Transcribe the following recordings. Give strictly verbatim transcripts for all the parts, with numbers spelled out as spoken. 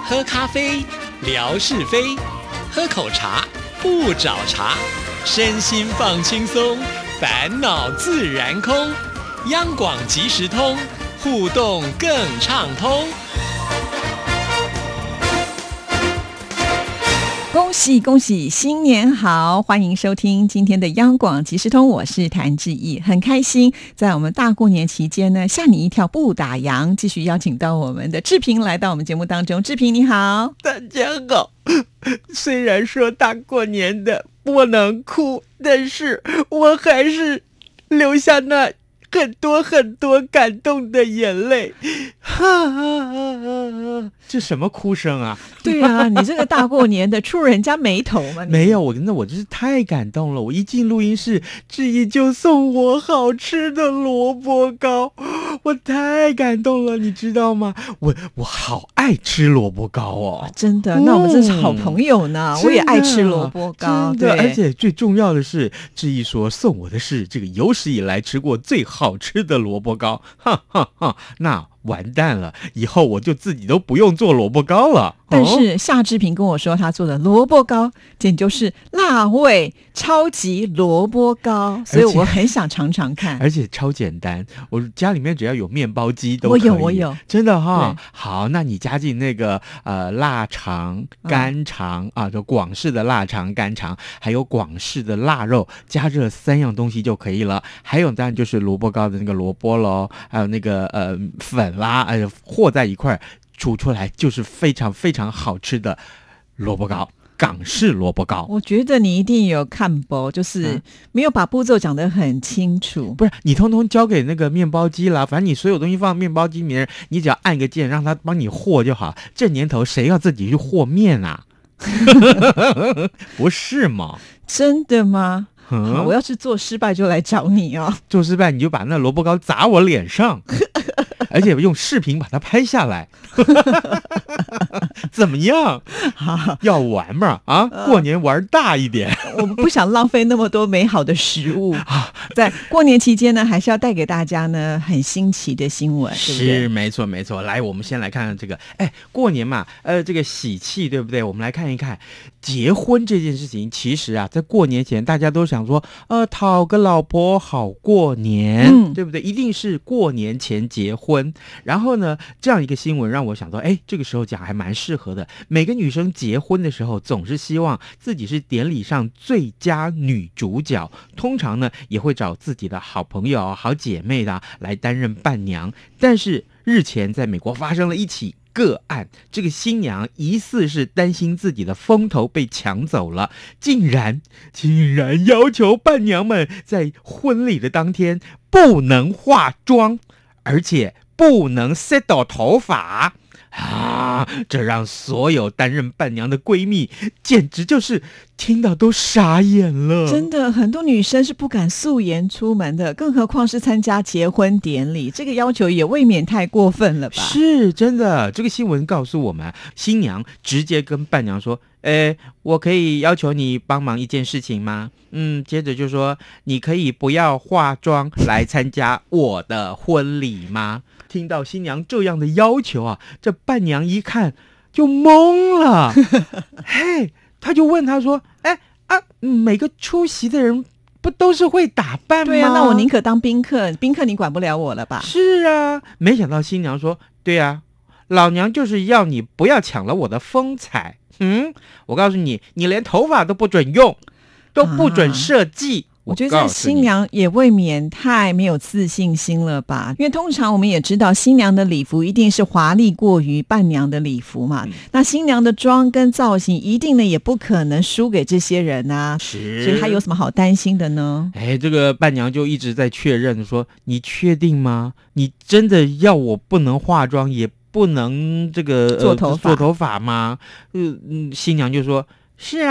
喝咖啡，聊是非；喝口茶，不找茬。身心放轻松，烦恼自然空。央广即时通，互动更畅通。 恭喜恭喜，新年好！欢迎收听今天的央广即时通，我是谭志毅，很开心在我们大过年期间呢，吓你一跳不打烊，继续邀请到我们的志平来到我们节目当中。志平你好。 大家好。虽然说大过年的不能哭，但是我还是流下那很多很多感动的眼泪。这什么哭声啊？ 对啊，你这个大过年的触人家眉头吗？ 没有，我那我真是太感动了。我一进录音室，志毅就送我好吃的萝卜糕，我太感动了，你知道吗？我我好爱吃萝卜糕哦， 真的。那我们真是好朋友呢。嗯、我也爱吃萝卜糕， 对。而且最重要的是，志毅说送我的是这个有史以来吃过最好吃的萝卜糕，哈哈哈。那完蛋了，以后我就自己都不用做萝卜糕了。 但是夏志平跟我说，他做的萝卜糕简直就是辣味超级萝卜糕，所以我很想尝尝看。 而且超简单，我家里面只要有面包机都可以。 我有我有， 真的哈。好，那你加进那个呃腊肠、干肠、嗯、啊，就广式的腊肠、干肠，还有广式的腊肉，加这三样东西就可以了。还有当然就是萝卜糕的那个萝卜咯，还有那个呃粉啦，哎、呃、和在一块煮出来就是非常非常好吃的萝卜糕，港式萝卜糕。 我觉得你一定有看播，就是没有把步骤讲得很清楚。 不是，你通通交给那个面包机啦，反正你所有东西放面包机里面，你只要按个键让它帮你和就好。这年头谁要自己去和面啊？不是吗？ 真的吗？ 嗯、 好，我要是做失败就来找你哦。 做失败你就把那萝卜糕砸我脸上。而且用视频把它拍下来。怎么样？要玩嘛啊！过年玩大一点。 我们不想浪费那么多美好的食物。在过年期间呢，还是要带给大家呢很新奇的新闻，对不对？ 是，没错没错。来，我们先来看看这个，哎，过年嘛，呃，这个喜气，对不对？我们来看一看结婚这件事情。其实啊，在过年前，大家都想说，呃，讨个老婆好过年，嗯、对不对？一定是过年前结婚。然后呢，这样一个新闻让我想到，哎，这个时候讲还蛮适合的。每个女生结婚的时候，总是希望自己是典礼上最佳女主角，通常呢也会找自己的好朋友、好姐妹的、啊、来担任伴娘。但是日前在美国发生了一起个案，这个新娘疑似是担心自己的风头被抢走了，竟然竟然要求伴娘们在婚礼的当天不能化妆，而且不能 set 到头发啊！这让所有担任伴娘的闺蜜简直就是听到都傻眼了。 真的，很多女生是不敢素颜出门的，更何况是参加结婚典礼，这个要求也未免太过分了吧？ 是，真的。这个新闻告诉我们，新娘直接跟伴娘说，诶，我可以要求你帮忙一件事情吗？嗯，接着就说，你可以不要化妆来参加我的婚礼吗？听到新娘这样的要求啊，这伴娘一看就懵了。嘿，他就问他说，哎啊，每个出席的人不都是会打扮吗？ 对啊，那我宁可当宾客，宾客你管不了我了吧？ 是啊，没想到新娘说，对啊，老娘就是要你不要抢了我的风采。嗯，我告诉你，你连头发都不准用，都不准设计。啊， 我觉得这新娘也未免太没有自信心了吧，因为通常我们也知道新娘的礼服一定是华丽过于伴娘的礼服嘛，嗯、那新娘的妆跟造型一定呢也不可能输给这些人啊， 是， 所以她有什么好担心的呢？ 哎，这个伴娘就一直在确认说，你确定吗？你真的要我不能化妆也不能这个、呃、 做头发做头发吗？嗯、呃，新娘就说，是啊，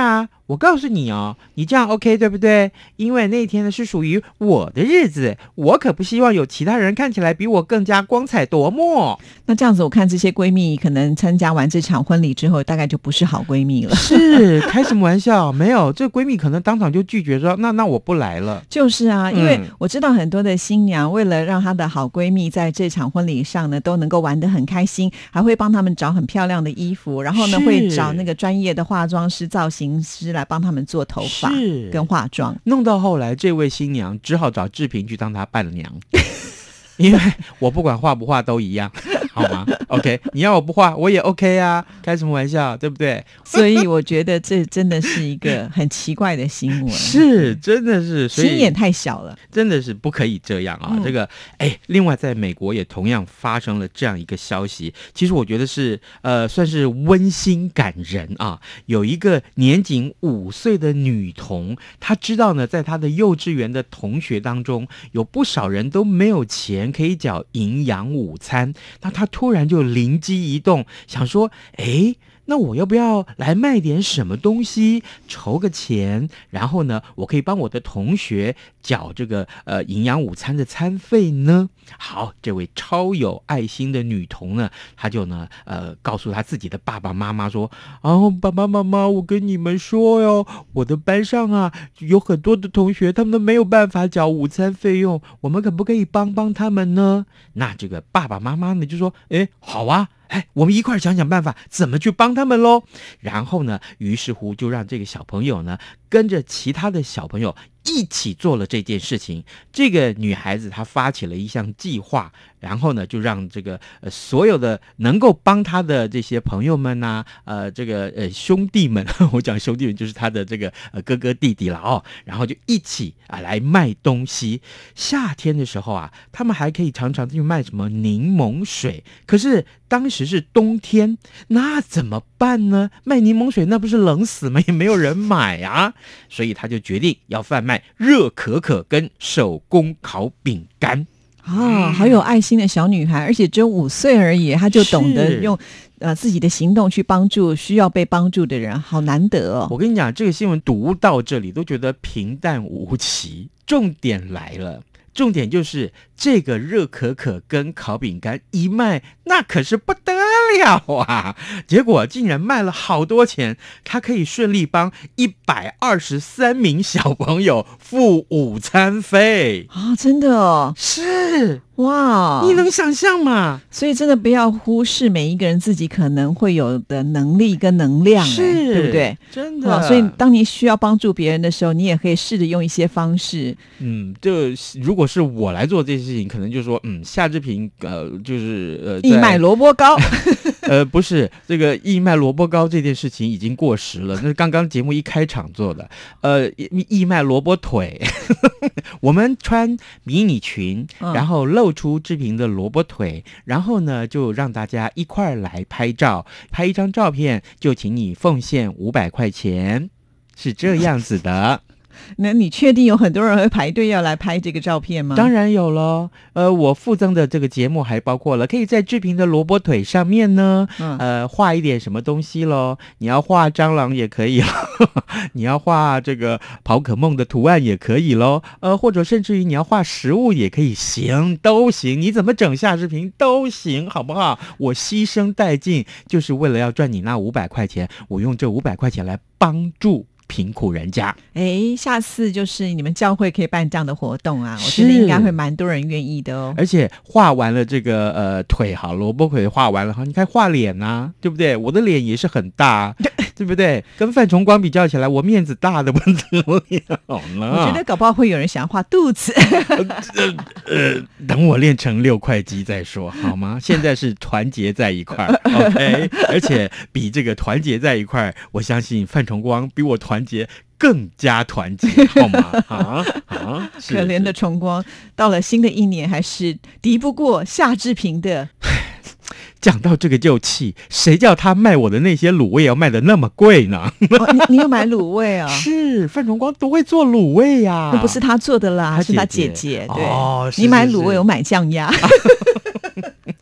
我告诉你哦，你这样 OK 对不对？因为那天呢是属于我的日子，我可不希望有其他人看起来比我更加光彩夺目。 那这样子我看这些闺蜜可能参加完这场婚礼之后大概就不是好闺蜜了。 是，开什么玩笑，没有，这闺蜜可能当场就拒绝说那那我不来了。 就是啊，因为我知道很多的新娘为了让她的好闺蜜在这场婚礼上呢都能够玩得很开心，还会帮他们找很漂亮的衣服，然后呢会找那个专业的化妆师造型师来帮他们做头发跟化妆， 弄到后来这位新娘只好找志平去当她伴娘因为我不管画不画都一样好吗 OK 你要我不画我也 OK 啊，开什么玩笑对不对？ 所以我觉得这真的是一个很奇怪的新闻是真的是，所以心眼太小了， 真的是不可以这样啊、嗯、这个哎，另外在美国也同样发生了这样一个消息，其实我觉得是呃算是温馨感人啊。有一个年仅五岁的女童，她知道呢在她的幼稚园的同学当中有不少人都没有钱可以缴营养午餐，那她突然就灵机一动，想说哎，那我要不要来卖点什么东西筹个钱，然后呢我可以帮我的同学缴这个呃营养午餐的餐费呢？好，这位超有爱心的女童呢，她就呢呃告诉她自己的爸爸妈妈说，哦，爸爸妈妈，我跟你们说哟，我的班上啊有很多的同学他们都没有办法缴午餐费用，我们可不可以帮帮他们呢？那这个爸爸妈妈呢就说，诶，好啊，哎，我们一块想想办法怎么去帮他们咯。然后呢于是乎就让这个小朋友呢跟着其他的小朋友一起做了这件事情。这个女孩子她发起了一项计划，然后呢就让这个呃所有的能够帮她的这些朋友们啊，呃这个呃兄弟们我讲兄弟们就是她的这个呃哥哥弟弟了哦，然后就一起啊来卖东西。夏天的时候啊他们还可以常常去卖什么柠檬水，可是当时是冬天，那怎么办呢？卖柠檬水那不是冷死吗？也没有人买啊，所以他就决定要贩卖热可可跟手工烤饼干。 啊，好有爱心的小女孩，而且只有五岁而已，她就懂得用呃自己的行动去帮助需要被帮助的人，好难得哦。 我跟你讲，这个新闻读到这里都觉得平淡无奇，重点来了。重点就是这个热可可跟烤饼干一卖，那可是不得了啊！结果竟然卖了好多钱，他可以顺利帮一百二十三名小朋友付午餐费啊！真的哦， 是哇， 你能想象吗？ 所以真的不要忽视每一个人自己可能会有的能力跟能量， 是， 对不对？ 真的。 所以当你需要帮助别人的时候，你也可以试着用一些方式。 嗯，就如果是我来做这件事情，可能就说，嗯，夏志平，呃，就是呃， 义卖萝卜糕。 呃，不是，这个义卖萝卜糕这件事情已经过时了，那是刚刚节目一开场做的。呃，义卖萝卜腿，我们穿迷你裙，然后露出志平的萝卜腿，然后呢，就让大家一块来拍照，拍一张照片就请你奉献五百块钱，是这样子的。 那你确定有很多人会排队要来拍这个照片吗？ 当然有了，呃，我附赠的这个节目还包括了可以在志平的萝卜腿上面呢，嗯、呃，画一点什么东西咯。你要画蟑螂也可以你要画这个宝可梦的图案也可以咯，呃，或者甚至于你要画食物也可以，行，都行，你怎么整夏志平都行，好不好？我牺牲殆尽，就是为了要赚你那五百块钱，我用这五百块钱来帮助贫苦人家。 哎，下次就是你们教会可以办这样的活动啊，我觉得应该会蛮多人愿意的哦。 而且画完了这个呃腿好，萝卜腿画完了哈，你看画脸啊，对不对？我的脸也是很大，对不对？跟范崇光比较起来，我面子大的不得了了。 我觉得搞不好会有人想要画肚子。 呃呃，等我练成六块肌再说，好吗？现在是团结在一块，OK。而且比这个团结在一块，我相信范崇光比我团结更加团结，好吗？啊啊！ 可怜的崇光，到了新的一年还是敌不过夏志平的。 讲到这个就气，谁叫他卖我的那些卤味要卖的那么贵呢？ 哦、你, 你有买卤味啊、哦？ 是，范崇光都会做卤味呀、啊， 那不是他做的啦， 他是他姐姐。对， 哦， 你买卤味，我买酱鸭。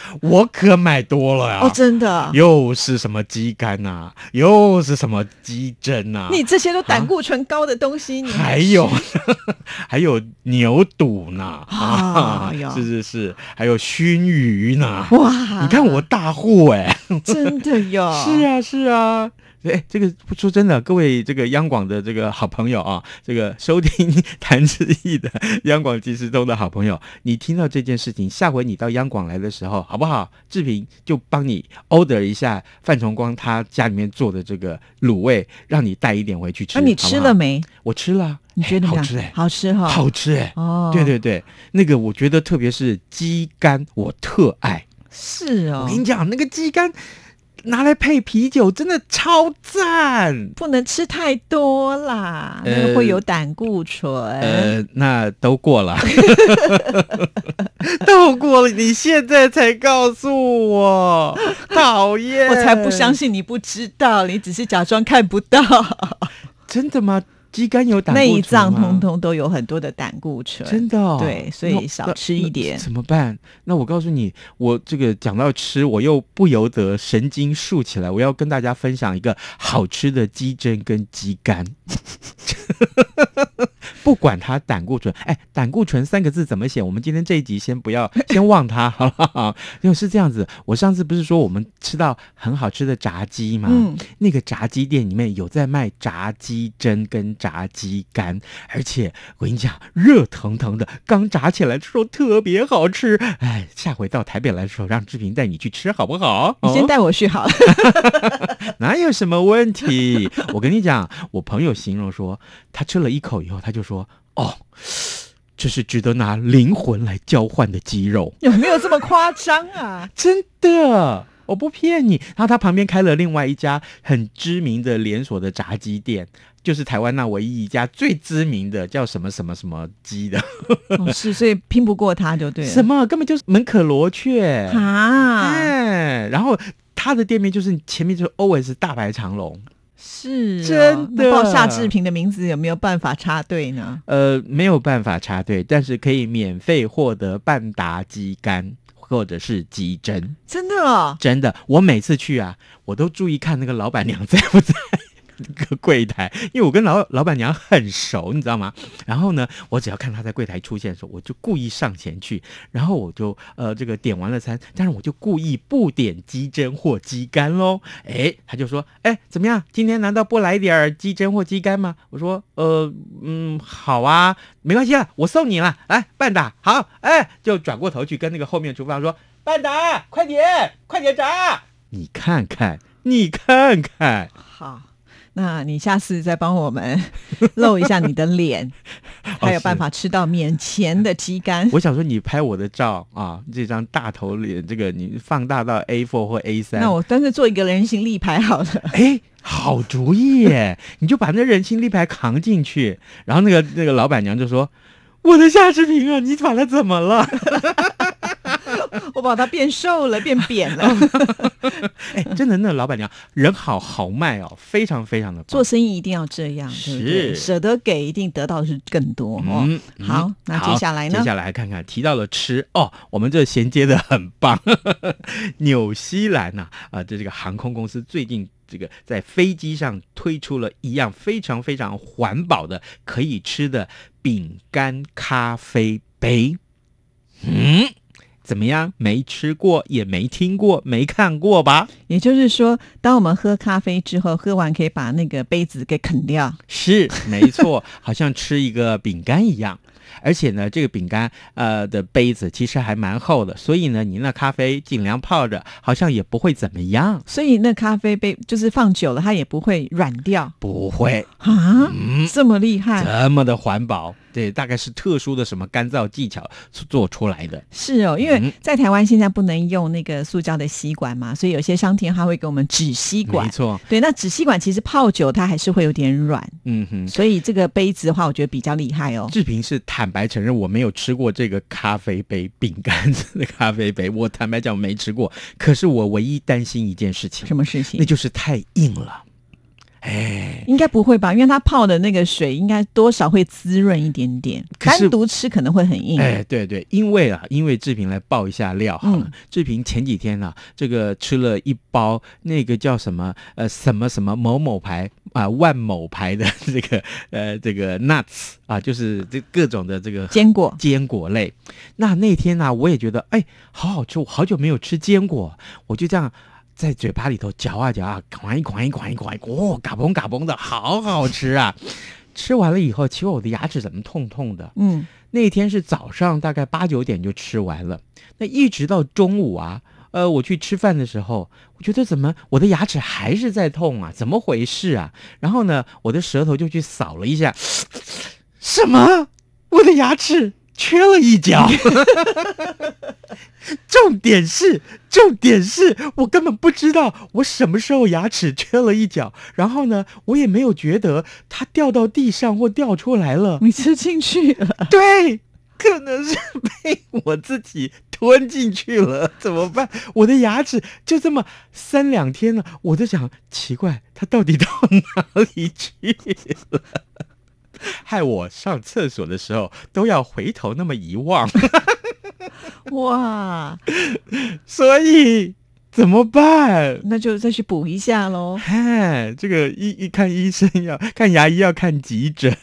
我可买多了呀！ 哦，真的， 又是什么鸡肝啊，又是什么鸡胗啊？ 你这些都胆固醇高的东西，你还有还有牛肚呢啊， 是是是，还有熏鱼呢。 哇， 你看我大户哎、欸， 真的哟！ 是啊是啊。哎，这个说真的，各位这个央广的这个好朋友啊，这个收听谭志毅的央广即时通的好朋友，你听到这件事情，下回你到央广来的时候，好不好？志平就帮你 order 一下范崇光他家里面做的这个卤味，让你带一点回去吃。 那、啊、你吃了没？ 我吃了， 你觉得好吃哎、欸， 好吃哈、哦， 好吃哎、欸， 哦， 对对对，那个我觉得特别是鸡肝，我特爱。 是哦， 我跟你讲，那个鸡肝拿来配啤酒真的超赞， 不能吃太多啦， 呃、 那个会有胆固醇。 呃，那都过了，都过了，你现在才告诉我，讨厌！ 我才不相信你不知道，你只是假装看不到。 真的吗？鸡肝有胆固醇吗？ 内脏通通都有很多的胆固醇， 真的、哦。 对，所以少吃一点。 怎么办？那我告诉你，我这个讲到吃，我又不由得神经竖起来。我要跟大家分享一个好吃的鸡胗跟鸡肝。不管它胆固醇，哎，胆固醇三个字怎么写？我们今天这一集先不要，先忘它，好不好？因为是这样子，我上次不是说我们吃到很好吃的炸鸡吗？嗯，那个炸鸡店里面有在卖炸鸡胗跟炸鸡肝，而且我跟你讲，热腾腾的，刚炸起来的时候特别好吃。哎，下回到台北来的时候，让志平带你去吃好不好？ 你先带我去好了， 哪有什么问题？我跟你讲，我朋友形容说，他吃了一口以后，他就说。哦，这是值得拿灵魂来交换的鸡肉， 有没有这么夸张啊？ 真的，我不骗你。然后他旁边开了另外一家很知名的连锁的炸鸡店，就是台湾那唯一一家最知名的，叫什么什么什么鸡的。 哦，是，所以拼不过他就对了。 什么？根本就是门可罗雀啊！ 哎，然后他的店面就是前面就是 always 大排长龙。 是、哦、 真的， 报夏志平的名字有没有办法插队呢？ 呃，没有办法插队，但是可以免费获得半打鸡肝或者是鸡胗。 真的哦， 真的，我每次去啊，我都注意看那个老板娘在不在那个柜台，因为我跟老老板娘很熟，你知道吗？然后呢，我只要看她在柜台出现的时候，我就故意上前去，然后我就呃这个点完了餐，但是我就故意不点鸡胗或鸡肝喽。哎，他就说，哎，怎么样？今天难道不来点鸡胗或鸡肝吗？我说，呃嗯，好啊，没关系啊，我送你了，来半打，好，哎，就转过头去跟那个后面厨房说，半打，快点，快点炸，你看看，你看看， 好。那你下次再帮我们露一下你的脸，还有办法吃到免钱的鸡肝。 我想说，你拍我的照啊，这张大头脸，这个你放大到 A 四 或 A 三。 那我干脆做一个人形立牌好了。 哎，好主意耶！你就把那人形立牌扛进去，然后那个那个老板娘就说：“我的夏志平啊，你把它怎么了？” 我把它变瘦了，变扁了。 哎，真的，那老板娘人好豪迈哦，非常非常的棒。 做生意一定要这样， 是对不对？舍得给，一定得到的是更多哦。 嗯， 好，那接下来呢？ 接下来看看提到了吃哦，我们这衔接的很棒。纽西兰呐、啊，啊，这这个航空公司最近这个在飞机上推出了一样非常非常环保的可以吃的饼干咖啡杯。嗯。怎么样？没吃过，也没听过，没看过吧？ 也就是说，当我们喝咖啡之后，喝完可以把那个杯子给啃掉。 是，没错，好像吃一个饼干一样。而且呢，这个饼干呃的杯子其实还蛮厚的，所以呢，你那咖啡尽量泡着，好像也不会怎么样。 所以那咖啡杯就是放久了，它也不会软掉。 不会啊、 嗯， 这么厉害， 这么的环保。对，大概是特殊的什么干燥技巧做出来的。 是哦，因为在台湾现在不能用那个塑胶的吸管嘛，所以有些商店它会给我们纸吸管。 没错， 对，那纸吸管其实泡久它还是会有点软。 嗯哼， 所以这个杯子的话，我觉得比较厉害哦。 志平是坦白承认我没有吃过这个咖啡杯饼干的咖啡杯，我坦白讲我没吃过。可是我唯一担心一件事情， 什么事情？ 那就是太硬了。 哎， 应该不会吧？因为它泡的那个水应该多少会滋润一点点， 可是单独吃可能会很硬。 哎，对对，因为啊，因为志平来爆一下料好了。 嗯志平前几天啊，这个吃了一包那个叫什么呃什么什么某某牌啊、万某牌的这个呃这个 nuts 啊，就是这各种的这个坚果坚果类。那那天呢、啊，我也觉得哎，好好吃，我好久没有吃坚果，我就这样。在嘴巴里头嚼啊嚼啊，狂一狂一狂一狂一，哦，嘎嘣嘎嘣的，好好吃啊！吃完了以后，奇怪我的牙齿怎么痛痛的？ 嗯， 那天是早上大概八九点就吃完了，那一直到中午啊，呃，我去吃饭的时候，我觉得怎么我的牙齿还是在痛啊？怎么回事啊？然后呢，我的舌头就去扫了一下，什么？我的牙齿缺了一角。重点是，重点是我根本不知道我什么时候牙齿缺了一角，然后呢，我也没有觉得它掉到地上或掉出来了。 你吃进去了， 对，可能是被我自己吞进去了，怎么办？我的牙齿就这么三两天了，我在想，奇怪，它到底到哪里去了？害我上厕所的时候都要回头那么一望。 哇， 所以怎么办？ 那就再去补一下喽。 嗨，这个一一看医生要看牙医要看急诊，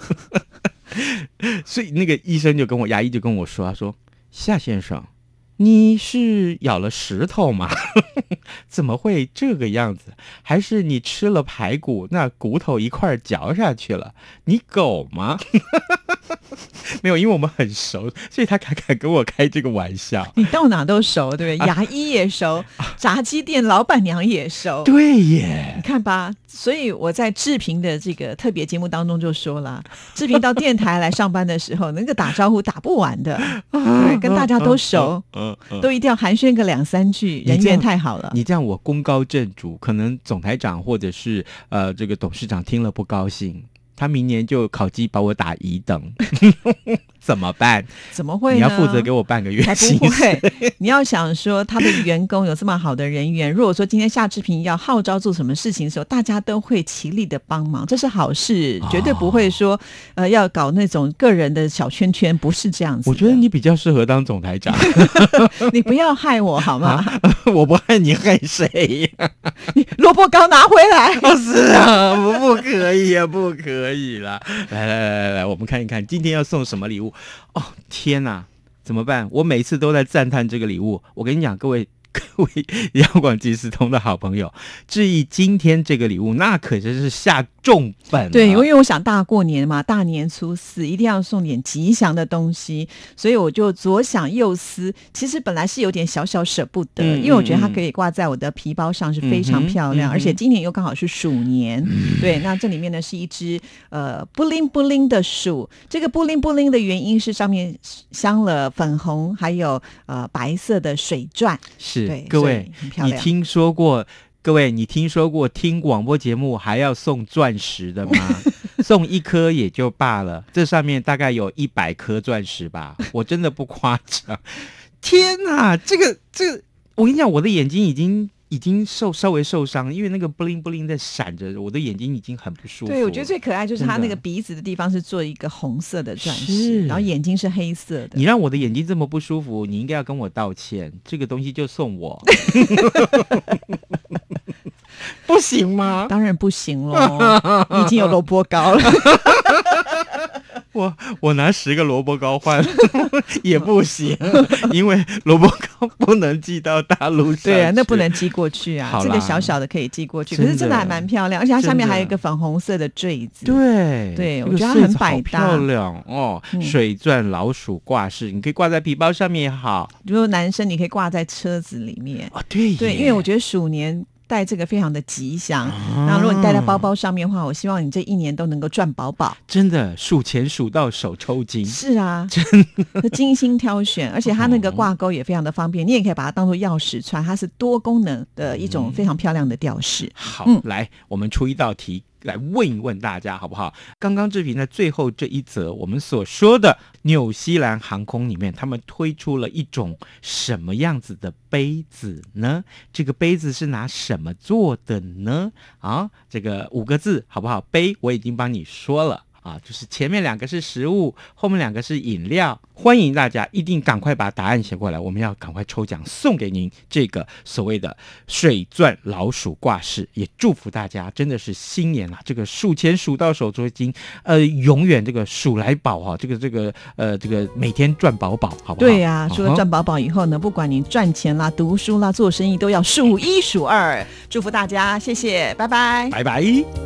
所以那个医生就跟我牙医就跟我说，他说夏先生，你是咬了石头吗？怎么会这个样子？还是你吃了排骨，那骨头一块嚼下去了？你狗吗？没有，因为我们很熟，所以他敢敢跟我开这个玩笑。 你到哪都熟，对不对？牙医也熟，炸鸡店老板娘也熟。 对耶， 你看吧，所以我在志平的这个特别节目当中就说了，志平到电台来上班的时候，那个打招呼打不完的，对，跟大家都熟， 嗯嗯， 都一定要寒暄个两三句，人缘太好了。 你这样我功高震主，可能总台长或者是呃这个董事长听了不高兴。他明年就考绩把我打乙等，怎么办？ 怎么会呢？ 你要负责给我半个月薪水。才不会！你要想说他的员工有这么好的人缘，如果说今天夏志平要号召做什么事情的时候，大家都会齐力的帮忙，这是好事，绝对不会说、哦、呃要搞那种个人的小圈圈，不是这样子。 我觉得你比较适合当总台长， 你不要害我好吗？ 啊、我不害你，害谁呀？ 你萝卜糕拿回来！ 哦，是啊，不不可以啊，不可以。可以啦，来来来来，我们看一看今天要送什么礼物哦！天哪，怎么办？我每次都在赞叹这个礼物。我跟你讲，各位各位央广即时通的好朋友，至于今天这个礼物，那可真是下重本、啊。 对，因为我想大过年嘛，大年初四一定要送点吉祥的东西，所以我就左想右思。其实本来是有点小小舍不得，嗯、因为我觉得它可以挂在我的皮包上，是非常漂亮，嗯、而且今年又刚好是鼠年。嗯、对，那这里面呢是一只呃布灵布灵的鼠。这个布灵布灵的原因是上面镶了粉红还有呃白色的水钻。 是。 对， 各位，你听说过？各位，你听说过听广播节目还要送钻石的吗？送一颗也就罢了，这上面大概有一百颗钻石吧，我真的不夸张。天哪，这个这个，我跟你讲，我的眼睛已经。已经受稍微受伤，因为那个 bling bling 在闪着，我的眼睛已经很不舒服。 对，我觉得最可爱就是它那个鼻子的地方是做一个红色的钻石，然后眼睛是黑色的。 你让我的眼睛这么不舒服，你应该要跟我道歉。这个东西就送我，不行吗？ 当然不行咯，你已经有萝卜糕了。 我我拿十个萝卜糕换也不行，因为萝卜糕不能寄到大陆上。 对啊，那不能寄过去啊。这个小小的可以寄过去，可是真的还蛮漂亮，而且它下面还有一个粉红色的坠子。 对对，我觉得它很百搭， 漂亮哦。嗯、水钻老鼠挂饰，你可以挂在皮包上面也好。 如果男生，你可以挂在车子里面。 哦，对对，因为我觉得鼠年。带这个非常的吉祥，然后如果你带在包包上面的话，我希望你这一年都能够赚饱饱。 真的，数钱数到手抽筋。 是啊，真的精心挑选，而且它那个挂钩也非常的方便，你也可以把它当做钥匙串，它是多功能的一种非常漂亮的吊饰。 好，嗯、来，我们出一道题。 来问一问大家好不好？刚刚志平在最后这一则我们所说的纽西兰航空里面，他们推出了一种什么样子的杯子呢？这个杯子是拿什么做的呢？啊，这个五个字好不好？杯我已经帮你说了啊，就是前面两个是食物，后面两个是饮料。欢迎大家一定赶快把答案写过来，我们要赶快抽奖送给您这个所谓的水钻老鼠挂饰。也祝福大家真的是新年啊，这个数钱数到手都已经呃永远这个数来宝哈、啊，这个这个呃这个每天赚饱饱，好不好？ 对呀、啊，除了赚饱饱以后呢，不管你赚钱啦、读书啦、做生意，都要数一数二。祝福大家，谢谢，拜拜， 拜拜。